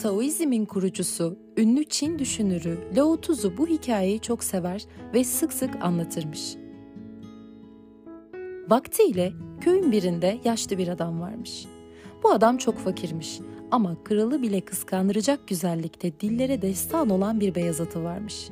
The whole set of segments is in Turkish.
Taoizmin kurucusu, ünlü Çin düşünürü Lao Tzu bu hikayeyi çok sever ve sık sık anlatırmış. Vaktiyle köyün birinde yaşlı bir adam varmış. Bu adam çok fakirmiş ama kralı bile kıskandıracak güzellikte dillere destan olan bir beyaz atı varmış.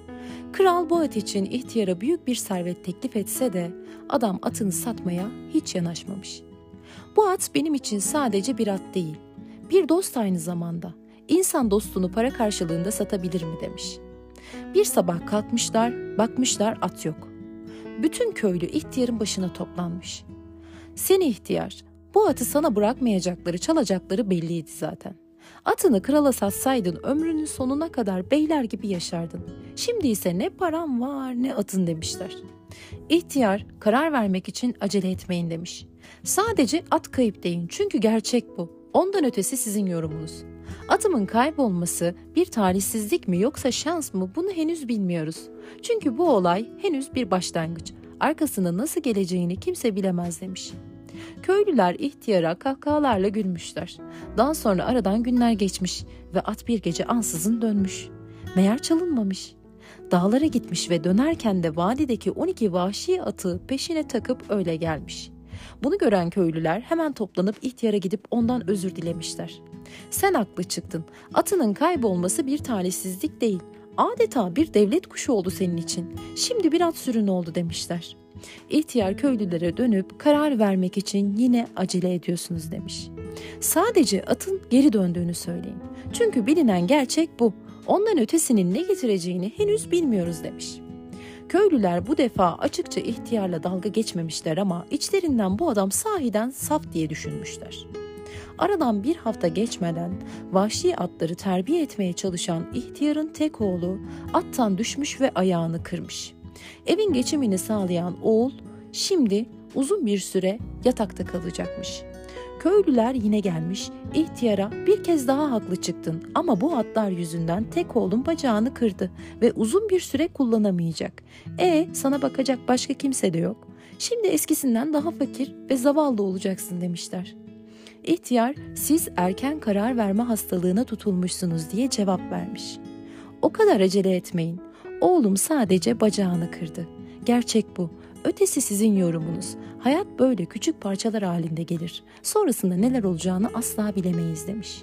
Kral bu at için ihtiyara büyük bir servet teklif etse de adam atını satmaya hiç yanaşmamış. Bu at benim için sadece bir at değil, bir dost aynı zamanda. İnsan dostunu para karşılığında satabilir mi demiş. Bir sabah kalkmışlar, bakmışlar at yok. Bütün köylü ihtiyarın başına toplanmış. Seni ihtiyar, bu atı sana bırakmayacakları, çalacakları belliydi zaten. Atını krala satsaydın ömrünün sonuna kadar beyler gibi yaşardın. Şimdi ise ne param var ne atın demişler. İhtiyar karar vermek için acele etmeyin demiş. Sadece at kayıp deyin çünkü gerçek bu. Ondan ötesi sizin yorumunuz. Atımın kaybolması bir talihsizlik mi yoksa şans mı bunu henüz bilmiyoruz. Çünkü bu olay henüz bir başlangıç. Arkasında nasıl geleceğini kimse bilemez demiş. Köylüler ihtiyara kahkahalarla gülmüşler. Daha sonra aradan günler geçmiş ve at bir gece ansızın dönmüş. Meğer çalınmamış. Dağlara gitmiş ve dönerken de vadideki 12 vahşi atı peşine takıp öyle gelmiş. Bunu gören köylüler hemen toplanıp ihtiyara gidip ondan özür dilemişler. Sen haklı çıktın. Atının kaybolması bir talihsizlik değil. Adeta bir devlet kuşu oldu senin için. Şimdi bir at sürünü oldu demişler. İhtiyar köylülere dönüp karar vermek için yine acele ediyorsunuz demiş. Sadece atın geri döndüğünü söyleyin. Çünkü bilinen gerçek bu. Ondan ötesinin ne getireceğini henüz bilmiyoruz demiş. Köylüler bu defa açıkça ihtiyarla dalga geçmemişler ama içlerinden bu adam sahiden saf diye düşünmüşler. Aradan bir hafta geçmeden vahşi atları terbiye etmeye çalışan ihtiyarın tek oğlu attan düşmüş ve ayağını kırmış. Evin geçimini sağlayan oğul şimdi uzun bir süre yatakta kalacakmış. Köylüler yine gelmiş, ihtiyara bir kez daha haklı çıktın ama bu atlar yüzünden tek oğlun bacağını kırdı ve uzun bir süre kullanamayacak. Sana bakacak başka kimse de yok. Şimdi eskisinden daha fakir ve zavallı olacaksın demişler. İhtiyar, siz erken karar verme hastalığına tutulmuşsunuz diye cevap vermiş. O kadar acele etmeyin. Oğlum sadece bacağını kırdı. Gerçek bu. Ötesi sizin yorumunuz. Hayat böyle küçük parçalar halinde gelir. Sonrasında neler olacağını asla bilemeyiz demiş.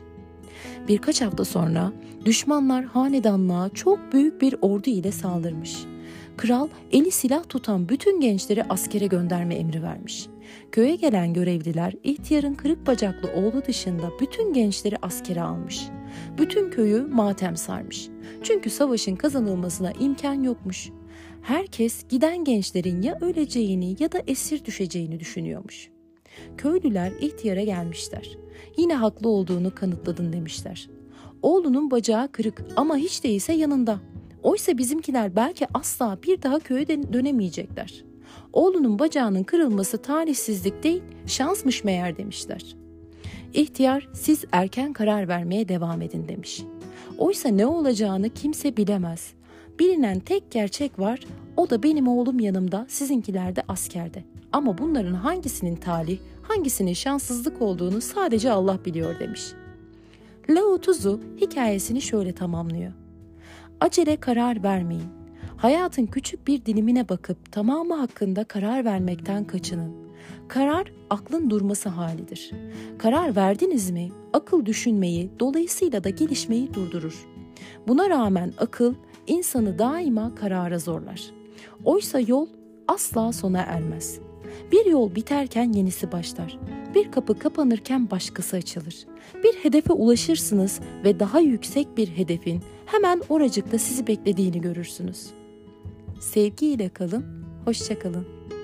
Birkaç hafta sonra düşmanlar hanedanlığa çok büyük bir ordu ile saldırmış. Kral eli silah tutan bütün gençleri askere gönderme emri vermiş. Köye gelen görevliler ihtiyarın kırık bacaklı oğlu dışında bütün gençleri askere almış. Bütün köyü matem sarmış. Çünkü savaşın kazanılmasına imkan yokmuş. Herkes giden gençlerin ya öleceğini ya da esir düşeceğini düşünüyormuş. Köylüler ihtiyara gelmişler. Yine haklı olduğunu kanıtladın demişler. Oğlunun bacağı kırık ama hiç değilse yanında. Oysa bizimkiler belki asla bir daha köye dönemeyecekler. Oğlunun bacağının kırılması talihsizlik değil, şansmış meğer demişler. İhtiyar, siz erken karar vermeye devam edin demiş. Oysa ne olacağını kimse bilemez. Bilinen tek gerçek var, o da benim oğlum yanımda, sizinkiler de askerde. Ama bunların hangisinin talih, hangisinin şanssızlık olduğunu sadece Allah biliyor demiş. Lao Tzu hikayesini şöyle tamamlıyor. Acele karar vermeyin. Hayatın küçük bir dilimine bakıp tamamı hakkında karar vermekten kaçının. Karar aklın durması halidir. Karar verdiniz mi, akıl düşünmeyi, dolayısıyla da gelişmeyi durdurur. Buna rağmen akıl insanı daima karara zorlar. Oysa yol asla sona ermez. Bir yol biterken yenisi başlar. Bir kapı kapanırken başkası açılır. Bir hedefe ulaşırsınız ve daha yüksek bir hedefin hemen oracıkta sizi beklediğini görürsünüz. Sevgiyle kalın, hoşça kalın.